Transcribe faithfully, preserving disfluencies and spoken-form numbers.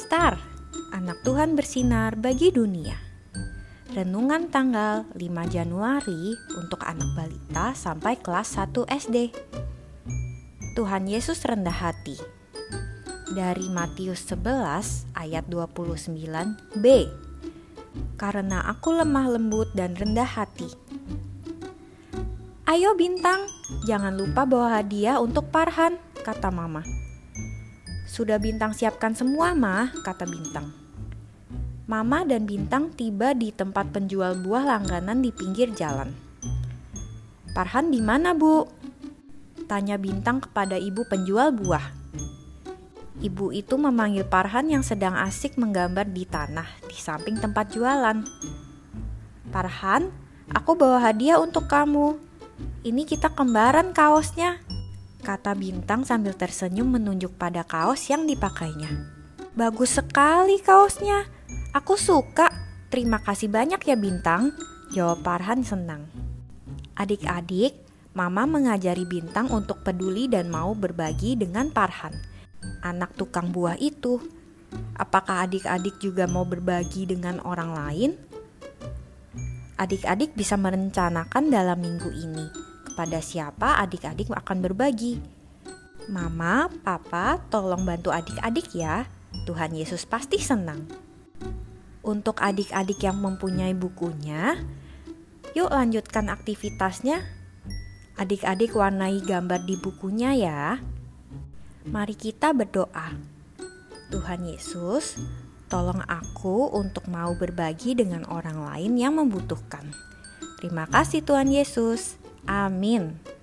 Star, anak Tuhan bersinar bagi dunia. Renungan tanggal lima Januari untuk anak balita sampai kelas satu S D. Tuhan Yesus rendah hati. Dari Matius sebelas ayat dua puluh sembilan b. Karena aku lemah lembut dan rendah hati. Ayo Bintang, jangan lupa bawa hadiah untuk Farhan, kata Mama. Sudah Bintang siapkan semua, Mah, kata Bintang. Mama dan Bintang tiba di tempat penjual buah langganan di pinggir jalan. Farhan di mana, Bu? Tanya Bintang kepada ibu penjual buah. Ibu itu memanggil Farhan yang sedang asik menggambar di tanah di samping tempat jualan. Farhan, aku bawa hadiah untuk kamu. Ini kita kembaran kaosnya, kata Bintang sambil tersenyum menunjuk pada kaos yang dipakainya. Bagus sekali kaosnya, aku suka. Terima kasih banyak ya Bintang, jawab Farhan senang. Adik-adik, Mama mengajari Bintang untuk peduli dan mau berbagi dengan Farhan, anak tukang buah itu. Apakah adik-adik juga mau berbagi dengan orang lain? Adik-adik bisa merencanakan dalam minggu ini kepada siapa adik-adik akan berbagi. Mama, Papa, tolong bantu adik-adik ya. Tuhan Yesus pasti senang. Untuk adik-adik yang mempunyai bukunya, yuk lanjutkan aktivitasnya. Adik-adik warnai gambar di bukunya ya. Mari kita berdoa. Tuhan Yesus, tolong aku untuk mau berbagi dengan orang lain yang membutuhkan. Terima kasih Tuhan Yesus. Amin.